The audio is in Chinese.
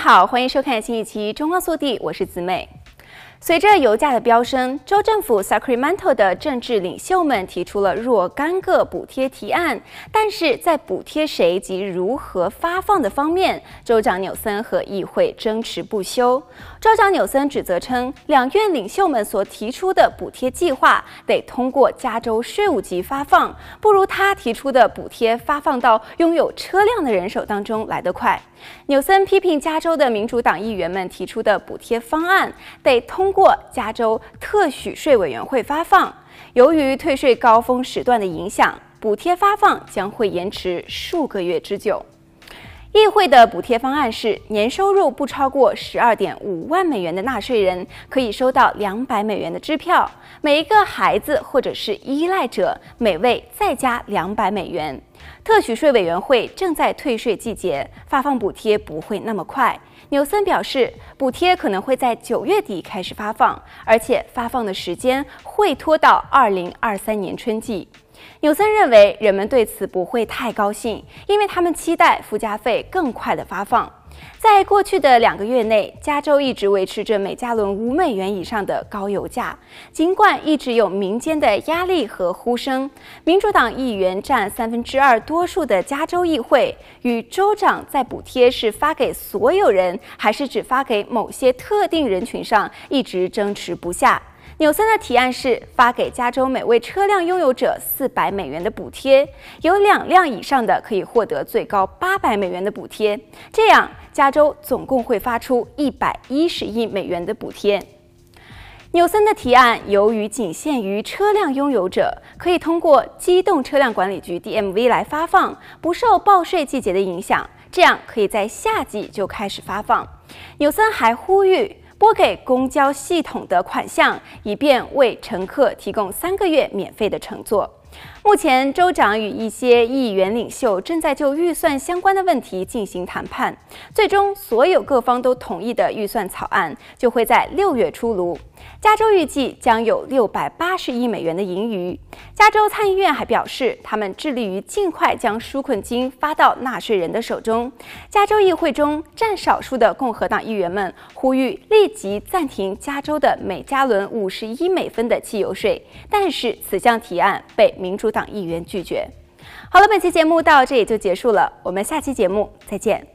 好，欢迎收看新一期《中光速递》，我是子美。随着油价的飙升，州政府 Sacramento 的政治领袖们提出了若干个补贴提案，但是在补贴谁及如何发放的方面，州长纽森和议会争持不休。州长纽森指责称，两院领袖们所提出的补贴计划得通过加州税务局发放，不如他提出的补贴发放到拥有车辆的人手当中来得快。纽森批评加州的民主党议员们提出的补贴方案得通过加州特许税委员会发放，由于退税高峰时段的影响，补贴发放将会延迟数个月之久。议会的补贴方案是，年收入不超过12.5万美元的纳税人可以收到200美元的支票，每一个孩子或者是依赖者每位再加200美元。特许税委员会正在退税季节，发放补贴不会那么快。纽森表示，补贴可能会在9月底开始发放，而且发放的时间会拖到2023年春季。纽森认为人们对此不会太高兴，因为他们期待附加费更快的发放。在过去的2个月内，加州一直维持着每加仑5美元以上的高油价，尽管一直有民间的压力和呼声。民主党议员占2/3多数的加州议会，与州长在补贴是发给所有人，还是只发给某些特定人群上，一直争持不下。纽森的提案是发给加州每位车辆拥有者400美元的补贴，有2辆以上的可以获得最高800美元的补贴，这样加州总共会发出110亿美元的补贴。纽森的提案由于仅限于车辆拥有者，可以通过机动车辆管理局 DMV 来发放，不受报税季节的影响，这样可以在夏季就开始发放。纽森还呼吁拨给公交系统的款项，以便为乘客提供3个月免费的乘坐。目前，州长与一些议员领袖正在就预算相关的问题进行谈判，最终所有各方都同意的预算草案就会在6月出炉。加州预计将有680亿美元的盈余。加州参议院还表示，他们致力于尽快将纾困金发到纳税人的手中。加州议会中占少数的共和党议员们呼吁立即暂停加州的每加仑51美分的汽油税，但是此项提案被民主党议员拒绝。好了，本期节目到这里就结束了，我们下期节目再见。